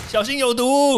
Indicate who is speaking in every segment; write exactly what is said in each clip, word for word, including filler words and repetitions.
Speaker 1: 小心有毒。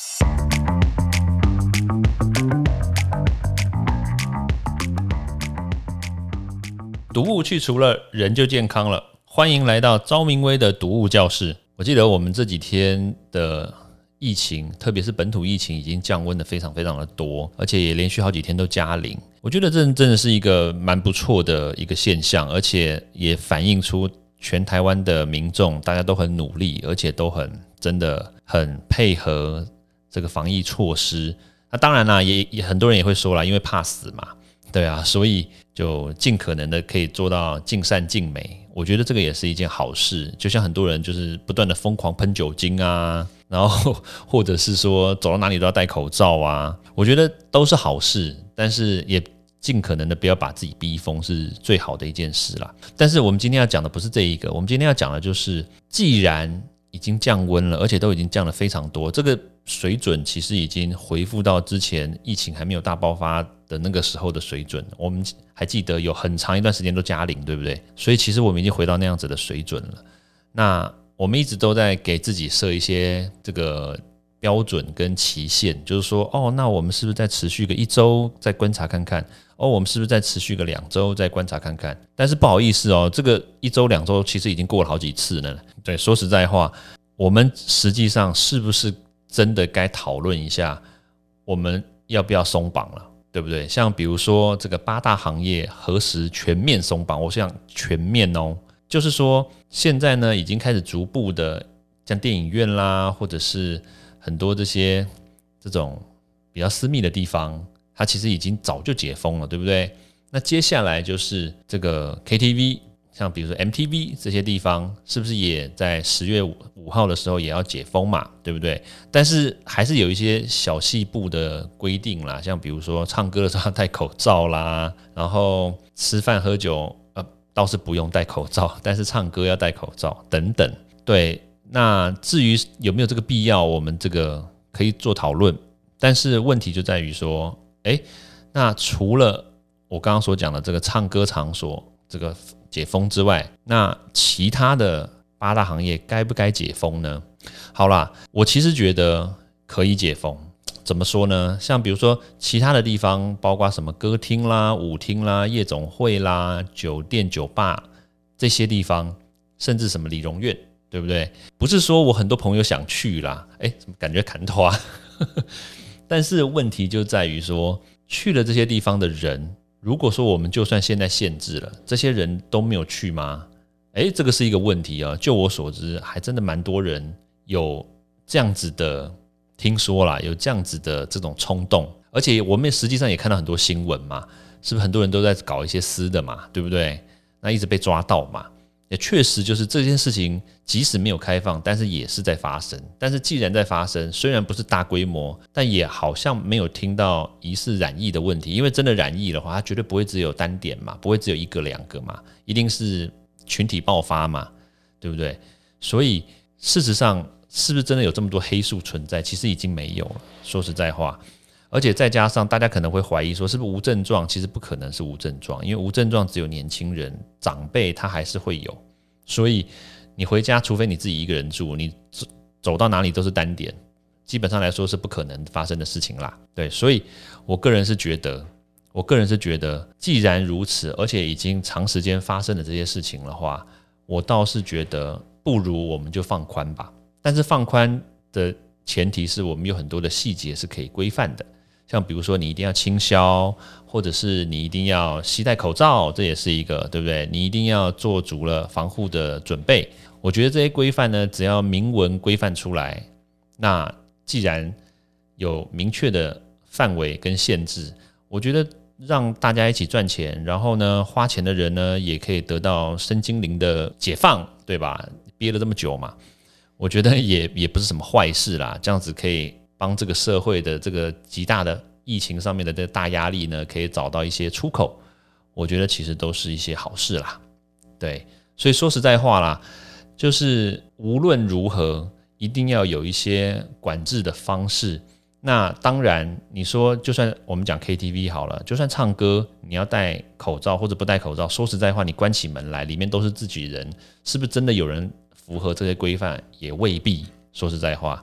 Speaker 1: 毒物去除了，人就健康了。欢迎来到昭明威的毒物教室。我记得我们这几天的疫情，特别是本土疫情，已经降温的非常非常的多，而且也连续好几天都加零。我觉得这真的是一个蛮不错的一个现象，而且也反映出全台湾的民众大家都很努力，而且都很真的很配合这个防疫措施。那当然啦，也也很多人也会说啦，因为怕死嘛。对啊，所以就尽可能的可以做到尽善尽美，我觉得这个也是一件好事。就像很多人就是不断的疯狂喷酒精啊，然后或者是说走到哪里都要戴口罩啊，我觉得都是好事，但是也尽可能的不要把自己逼疯是最好的一件事啦。但是我们今天要讲的不是这一个，我们今天要讲的就是既然已经降温了，而且都已经降了非常多，这个水准其实已经回复到之前疫情还没有大爆发的那个时候的水准。我们还记得有很长一段时间都加零，对不对？所以其实我们已经回到那样子的水准了。那我们一直都在给自己设一些这个标准跟期限，就是说，哦，那我们是不是再持续个一周再观察看看？哦，我们是不是再持续个两周再观察看看？但是不好意思哦，这个一周两周其实已经过了好几次了。对，说实在话，我们实际上是不是真的该讨论一下，我们要不要松绑了，对不对？像比如说这个八大行业何时全面松绑？我想全面哦，就是说现在呢已经开始逐步的，像电影院啦，或者是很多这些这种比较私密的地方，它其实已经早就解封了，对不对？那接下来就是这个 K T V。像比如说 M T V 这些地方，是不是也在十月五号的时候也要解封嘛？对不对？但是还是有一些小细部的规定啦，像比如说唱歌的时候要戴口罩啦，然后吃饭喝酒呃倒是不用戴口罩，但是唱歌要戴口罩等等。对，那至于有没有这个必要，我们这个可以做讨论。但是问题就在于说，哎，那除了我刚刚所讲的这个唱歌场所这个解封之外，那其他的八大行业该不该解封呢？好啦，我其实觉得可以解封。怎么说呢？像比如说其他的地方，包括什么歌厅啦、舞厅啦、夜总会啦、酒店、酒吧这些地方，甚至什么理容院，对不对？不是说我很多朋友想去啦，哎，怎么感觉砍头啊？但是问题就在于说，去了这些地方的人。如果说我们就算现在限制了，这些人都没有去吗？诶，这个是一个问题啊。就我所知，还真的蛮多人有这样子的，听说啦，有这样子的这种冲动，而且我们实际上也看到很多新闻嘛，是不是很多人都在搞一些私的嘛，对不对？那一直被抓到嘛。也确实就是这件事情即使没有开放，但是也是在发生。但是既然在发生，虽然不是大规模，但也好像没有听到疑似染疫的问题。因为真的染疫的话，它绝对不会只有单点嘛，不会只有一个两个嘛，一定是群体爆发嘛，对不对？所以事实上是不是真的有这么多黑数存在，其实已经没有了，说实在话。而且再加上大家可能会怀疑说是不是无症状，其实不可能是无症状，因为无症状只有年轻人，长辈他还是会有。所以你回家，除非你自己一个人住，你走到哪里都是单点，基本上来说是不可能发生的事情啦。对，所以我个人是觉得，我个人是觉得，既然如此，而且已经长时间发生了这些事情的话，我倒是觉得不如我们就放宽吧。但是放宽的前提是我们有很多的细节是可以规范的。像比如说你一定要清消，或者是你一定要携带口罩，这也是一个，对不对？你一定要做足了防护的准备。我觉得这些规范呢，只要明文规范出来，那既然有明确的范围跟限制，我觉得让大家一起赚钱，然后呢，花钱的人呢也可以得到身心灵的解放，对吧？憋了这么久嘛，我觉得也也不是什么坏事啦，这样子可以帮这个社会的这个极大的疫情上面的这个大压力呢，可以找到一些出口，我觉得其实都是一些好事啦。对，所以说实在话啦，就是无论如何，一定要有一些管制的方式。那当然，你说就算我们讲 K T V 好了，就算唱歌，你要戴口罩或者不戴口罩，说实在话，你关起门来，里面都是自己人，是不是真的有人符合这些规范？也未必。说实在话。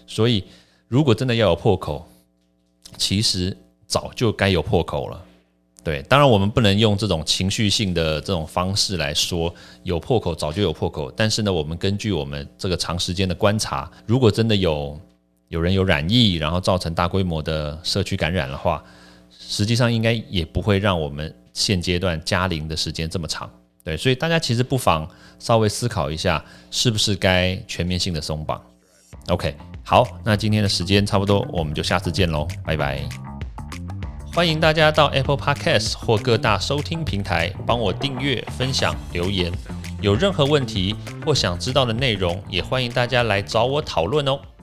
Speaker 1: 所以如果真的要有破口，其实早就该有破口了。对，当然我们不能用这种情绪性的这种方式来说有破口早就有破口，但是呢，我们根据我们这个长时间的观察，如果真的有有人有染疫，然后造成大规模的社区感染的话，实际上应该也不会让我们现阶段加零的时间这么长。对，所以大家其实不妨稍微思考一下，是不是该全面性的松绑。OK， 好，那今天的时间差不多，我们就下次见咯，拜拜。欢迎大家到 Apple Podcast 或各大收听平台帮我订阅、分享、留言。有任何问题或想知道的内容，也欢迎大家来找我讨论哦。